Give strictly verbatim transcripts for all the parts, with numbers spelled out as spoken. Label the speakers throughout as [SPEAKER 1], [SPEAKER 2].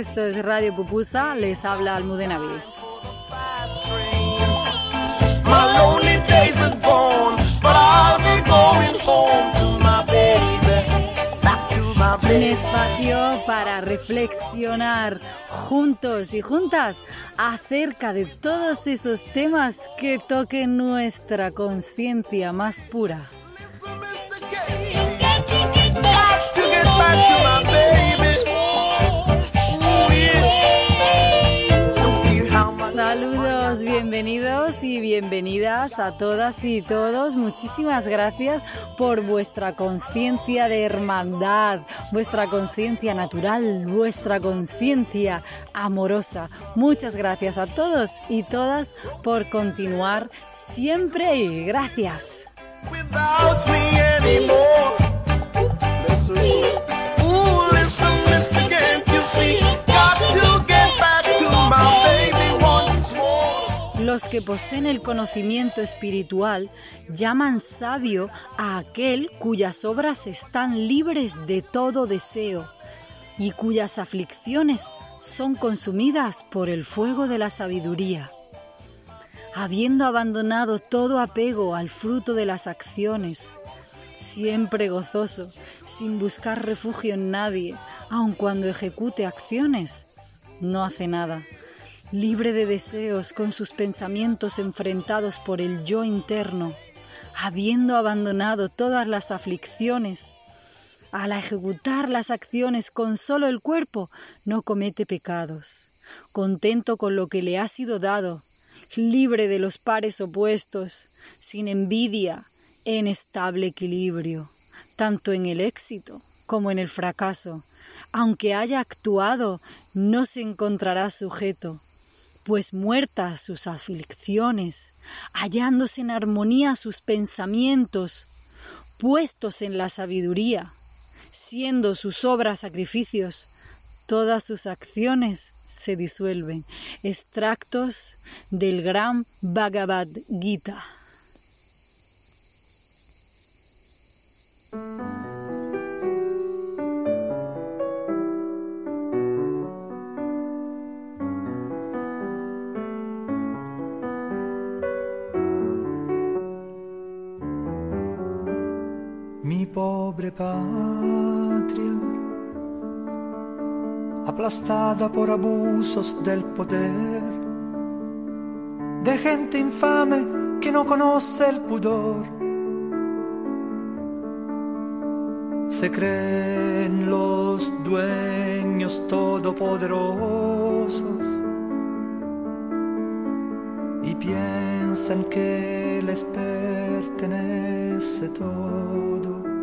[SPEAKER 1] Esto es Radio Pupusa, les habla Almudena Bis. Un espacio para reflexionar juntos y juntas acerca de todos esos temas que toquen nuestra conciencia más pura. Saludos, bienvenidos y bienvenidas a todas y todos. Muchísimas gracias por vuestra conciencia de hermandad, vuestra conciencia natural, vuestra conciencia amorosa. Muchas gracias a todos y todas por continuar siempre y gracias. Los que poseen el conocimiento espiritual llaman sabio a aquel cuyas obras están libres de todo deseo y cuyas aflicciones son consumidas por el fuego de la sabiduría. Habiendo abandonado todo apego al fruto de las acciones, siempre gozoso, sin buscar refugio en nadie, aun cuando ejecute acciones, no hace nada. Libre de deseos, con sus pensamientos enfrentados por el yo interno, habiendo abandonado todas las aflicciones, al ejecutar las acciones con solo el cuerpo, no comete pecados, contento con lo que le ha sido dado, libre de los pares opuestos, sin envidia, en estable equilibrio, tanto en el éxito como en el fracaso. Aunque haya actuado, no se encontrará sujeto, pues muertas sus aflicciones, hallándose en armonía sus pensamientos, puestos en la sabiduría, siendo sus obras sacrificios, todas sus acciones se disuelven. Extractos del gran Bhagavad Gita.
[SPEAKER 2] Mi pobre patria, aplastada por abusos del poder, de gente infame que no conoce el pudor, se creen los dueños todopoderosos y piensan que les pertenece todo.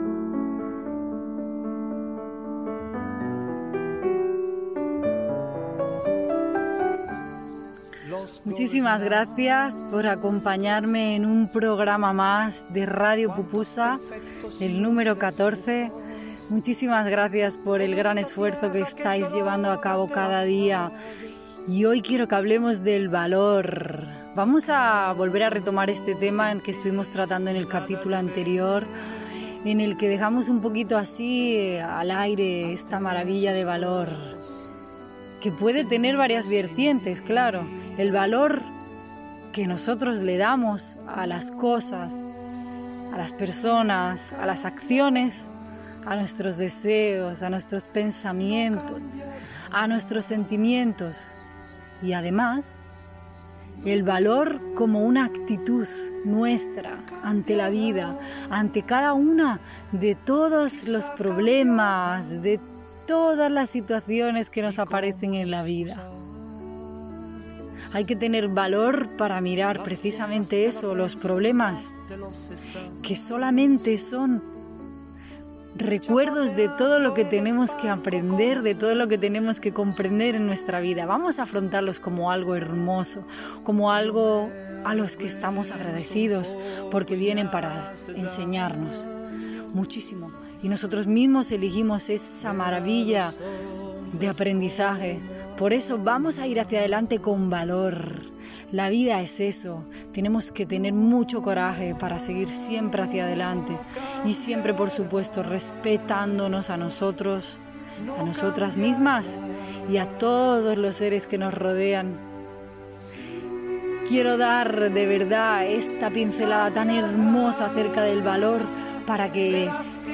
[SPEAKER 1] Muchísimas gracias por acompañarme en un programa más de Radio Pupusa, el número catorce. Muchísimas gracias por el gran esfuerzo que estáis llevando a cabo cada día. Y hoy quiero que hablemos del valor. Vamos a volver a retomar este tema en que estuvimos tratando en el capítulo anterior, en el que dejamos un poquito así al aire esta maravilla de valor, que puede tener varias vertientes, claro. El valor que nosotros le damos a las cosas, a las personas, a las acciones, a nuestros deseos, a nuestros pensamientos, a nuestros sentimientos y además el valor como una actitud nuestra ante la vida, ante cada una de todos los problemas, de todas las situaciones que nos aparecen en la vida. Hay que tener valor para mirar precisamente eso, los problemas, que solamente son recuerdos de todo lo que tenemos que aprender, de todo lo que tenemos que comprender en nuestra vida. Vamos a afrontarlos como algo hermoso, como algo a los que estamos agradecidos, porque vienen para enseñarnos muchísimo. Y nosotros mismos elegimos esa maravilla de aprendizaje. Por eso vamos a ir hacia adelante con valor. La vida es eso, tenemos que tener mucho coraje para seguir siempre hacia adelante y siempre, por supuesto, respetándonos a nosotros, a nosotras mismas y a todos los seres que nos rodean. Quiero dar de verdad esta pincelada tan hermosa acerca del valor para que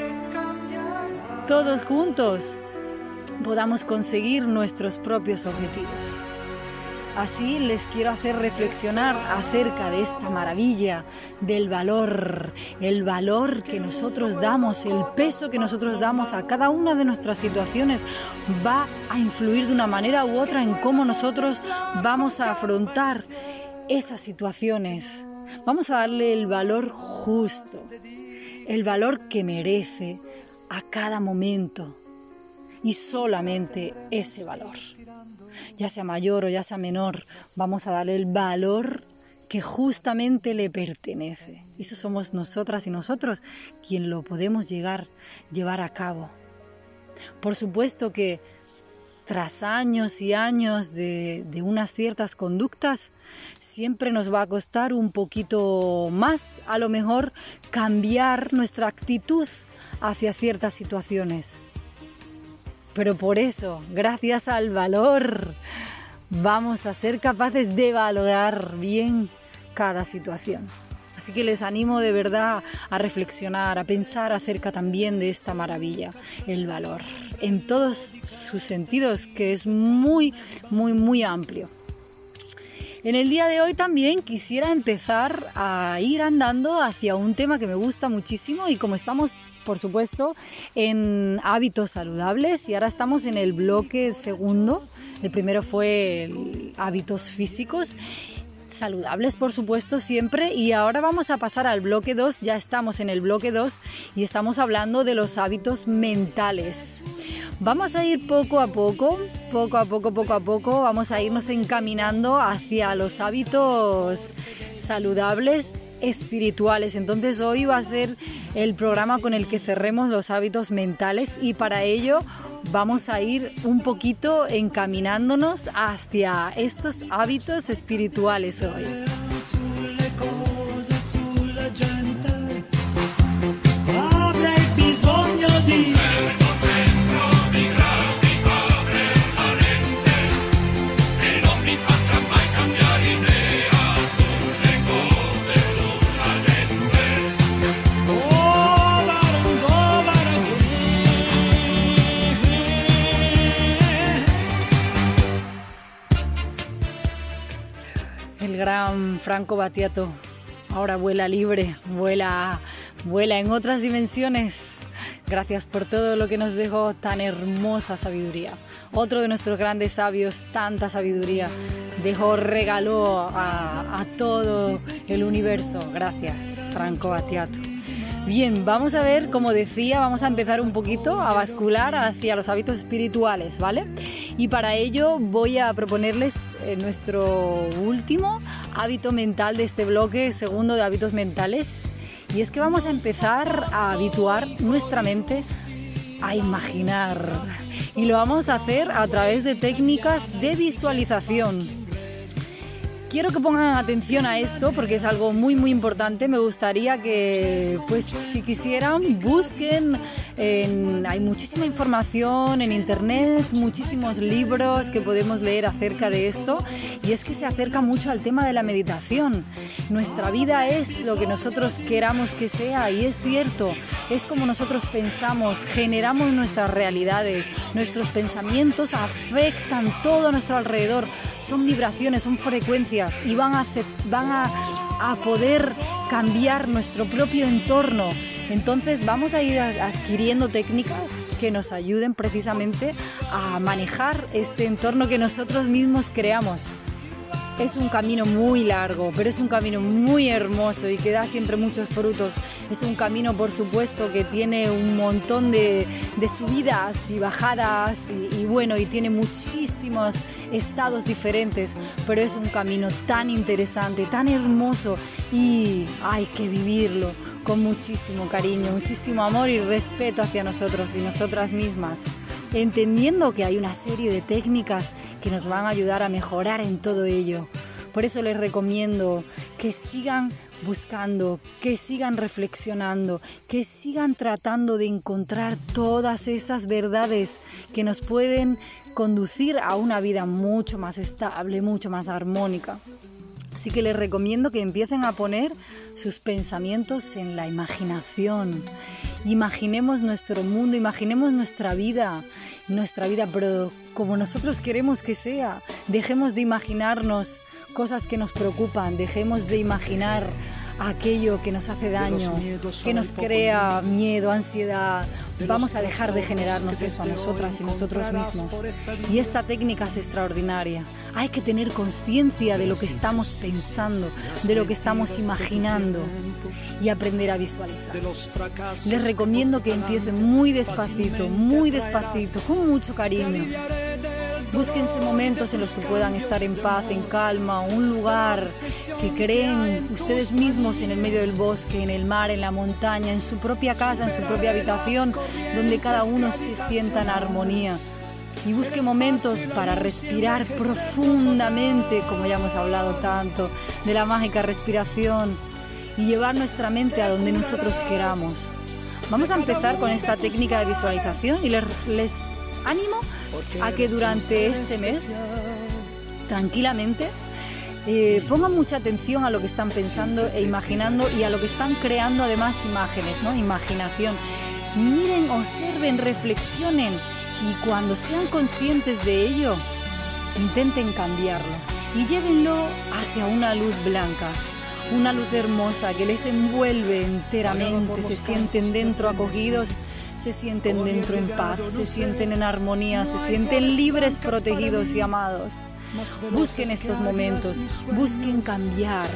[SPEAKER 1] todos juntos podamos conseguir nuestros propios objetivos. Así les quiero hacer reflexionar acerca de esta maravilla del valor, el valor que nosotros damos, el peso que nosotros damos a cada una de nuestras situaciones va a influir de una manera u otra en cómo nosotros vamos a afrontar esas situaciones. Vamos a darle el valor justo, el valor que merece a cada momento y solamente ese valor. Ya sea mayor o ya sea menor, vamos a darle el valor que justamente le pertenece. Y eso somos nosotras y nosotros quien lo podemos llegar, llevar a cabo. Por supuesto que tras años y años de, de unas ciertas conductas, siempre nos va a costar un poquito más, a lo mejor, cambiar nuestra actitud hacia ciertas situaciones. Pero por eso, gracias al valor, vamos a ser capaces de valorar bien cada situación. Así que les animo de verdad a reflexionar, a pensar acerca también de esta maravilla, el valor, en todos sus sentidos, que es muy, muy, muy amplio. En el día de hoy también quisiera empezar a ir andando hacia un tema que me gusta muchísimo y como estamos, por supuesto, en hábitos saludables y ahora estamos en el bloque segundo, el primero fue el hábitos físicos, saludables por supuesto siempre, y ahora vamos a pasar al bloque dos, ya estamos en el bloque dos y estamos hablando de los hábitos mentales. Vamos a ir poco a poco, poco a poco, poco a poco, vamos a irnos encaminando hacia los hábitos saludables espirituales. Entonces hoy va a ser el programa con el que cerremos los hábitos mentales y para ello vamos a ir un poquito encaminándonos hacia estos hábitos espirituales hoy. El gran Franco Battiato ahora vuela libre, vuela, vuela en otras dimensiones. Gracias por todo lo que nos dejó, tan hermosa sabiduría. Otro de nuestros grandes sabios, tanta sabiduría, dejó, regaló a, a todo el universo. Gracias, Franco Battiato. Bien, vamos a ver, como decía, vamos a empezar un poquito a bascular hacia los hábitos espirituales, ¿vale? Y para ello voy a proponerles eh, nuestro último hábito mental de este bloque, segundo de hábitos mentales, y es que vamos a empezar a habituar nuestra mente a imaginar, y lo vamos a hacer a través de técnicas de visualización. Quiero que pongan atención a esto porque es algo muy muy importante. Me gustaría que, pues, si quisieran, busquen. En, hay muchísima información en internet, muchísimos libros que podemos leer acerca de esto. Y es que se acerca mucho al tema de la meditación. Nuestra vida es lo que nosotros queramos que sea y es cierto. Es como nosotros pensamos, generamos nuestras realidades. Nuestros pensamientos afectan todo a nuestro alrededor. Son vibraciones, son frecuencias. Y van, a, hacer, van a, a poder cambiar nuestro propio entorno. Entonces vamos a ir adquiriendo técnicas que nos ayuden precisamente a manejar este entorno que nosotros mismos creamos. Es un camino muy largo, pero es un camino muy hermoso y que da siempre muchos frutos. Es un camino, por supuesto, que tiene un montón de, de subidas y bajadas y, y bueno, y tiene muchísimos estados diferentes, pero es un camino tan interesante, tan hermoso y hay que vivirlo con muchísimo cariño, muchísimo amor y respeto hacia nosotros y nosotras mismas, entendiendo que hay una serie de técnicas que nos van a ayudar a mejorar en todo ello. Por eso les recomiendo que sigan buscando, que sigan reflexionando, que sigan tratando de encontrar todas esas verdades que nos pueden conducir a una vida mucho más estable, mucho más armónica. Así que les recomiendo que empiecen a poner sus pensamientos en la imaginación. Imaginemos nuestro mundo, imaginemos nuestra vida, nuestra vida, pero como nosotros queremos que sea. Dejemos de imaginarnos cosas que nos preocupan, dejemos de imaginar aquello que nos hace daño, que nos crea miedo, ansiedad. Vamos a dejar de generarnos eso a nosotras y nosotros mismos. Y esta técnica es extraordinaria. Hay que tener conciencia de lo que estamos pensando, de lo que estamos imaginando y aprender a visualizar. Les recomiendo que empiecen muy despacito, muy despacito, con mucho cariño. Búsquense momentos en los que puedan estar en paz, en calma, un lugar que creen ustedes mismos en el medio del bosque, en el mar, en la montaña, en su propia casa, en su propia habitación, donde cada uno se sienta en armonía. Y busque momentos para respirar profundamente, como ya hemos hablado tanto, de la mágica respiración, y llevar nuestra mente a donde nosotros queramos. Vamos a empezar con esta técnica de visualización y les, les animo a que durante este mes, tranquilamente, eh, pongan mucha atención a lo que están pensando e imaginando y a lo que están creando, además, imágenes, ¿no? Imaginación. Miren, observen, reflexionen y cuando sean conscientes de ello, intenten cambiarlo y llévenlo hacia una luz blanca, una luz hermosa que les envuelve enteramente, se sienten dentro acogidos, se sienten dentro en paz, se sienten en armonía, se sienten libres, protegidos y amados. Busquen estos momentos, busquen cambiar.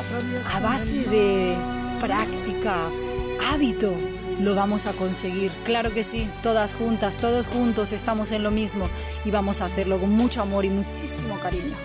[SPEAKER 1] A base de práctica, hábito, lo vamos a conseguir. Claro que sí, todas juntas, todos juntos estamos en lo mismo y vamos a hacerlo con mucho amor y muchísimo cariño.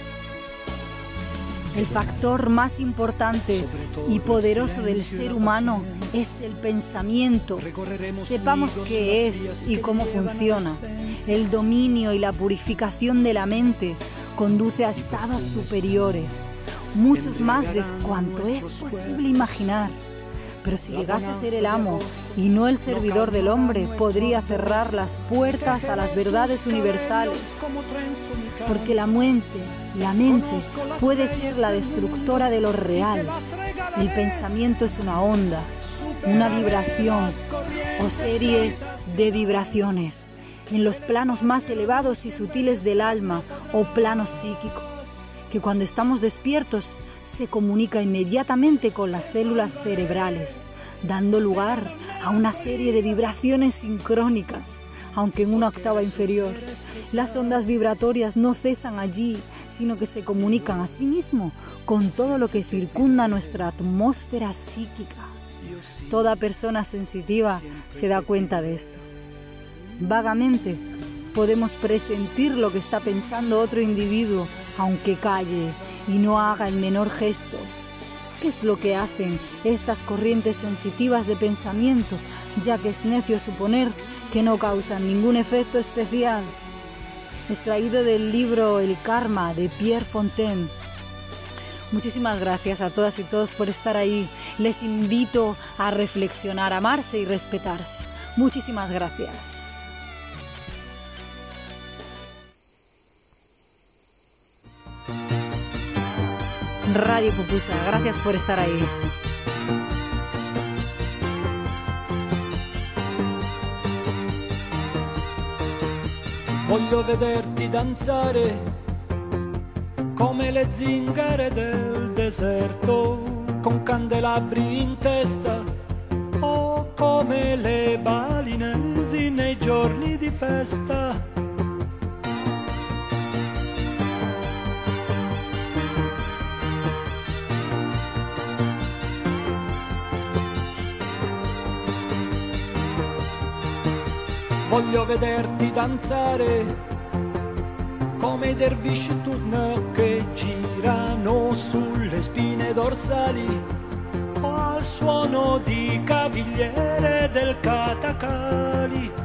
[SPEAKER 1] El factor más importante y poderoso del ser humano es el pensamiento. Sepamos qué es y cómo funciona. El dominio y la purificación de la mente conduce a estados superiores, muchos más de cuanto es posible imaginar. Pero si llegase a ser el amo y no el servidor del hombre, podría cerrar las puertas a las verdades universales. Porque la mente, la mente puede ser la destructora de lo real. El pensamiento es una onda, una vibración o serie de vibraciones en los planos más elevados y sutiles del alma o plano psíquico, que cuando estamos despiertos se comunica inmediatamente con las células cerebrales, dando lugar a una serie de vibraciones sincrónicas, aunque en una octava inferior. Las ondas vibratorias no cesan allí, sino que se comunican a sí mismo con todo lo que circunda nuestra atmósfera psíquica. Toda persona sensitiva se da cuenta de esto. Vagamente podemos presentir lo que está pensando otro individuo, aunque calle y no haga el menor gesto. ¿Qué es lo que hacen estas corrientes sensitivas de pensamiento, ya que es necio suponer que no causan ningún efecto especial? Extraído del libro El Karma de Pierre Fontaine. Muchísimas gracias a todas y todos por estar ahí. Les invito a reflexionar, amarse y respetarse. Muchísimas gracias. Radio Pupusa, gracias por estar ahí.
[SPEAKER 2] Voglio vederti danzare come le zingare del deserto, con candelabri in testa o come le balinesi nei giorni di festa. Voglio vederti danzare come i dervisci turno che girano sulle spine dorsali o al suono di cavigliere del Kathakali.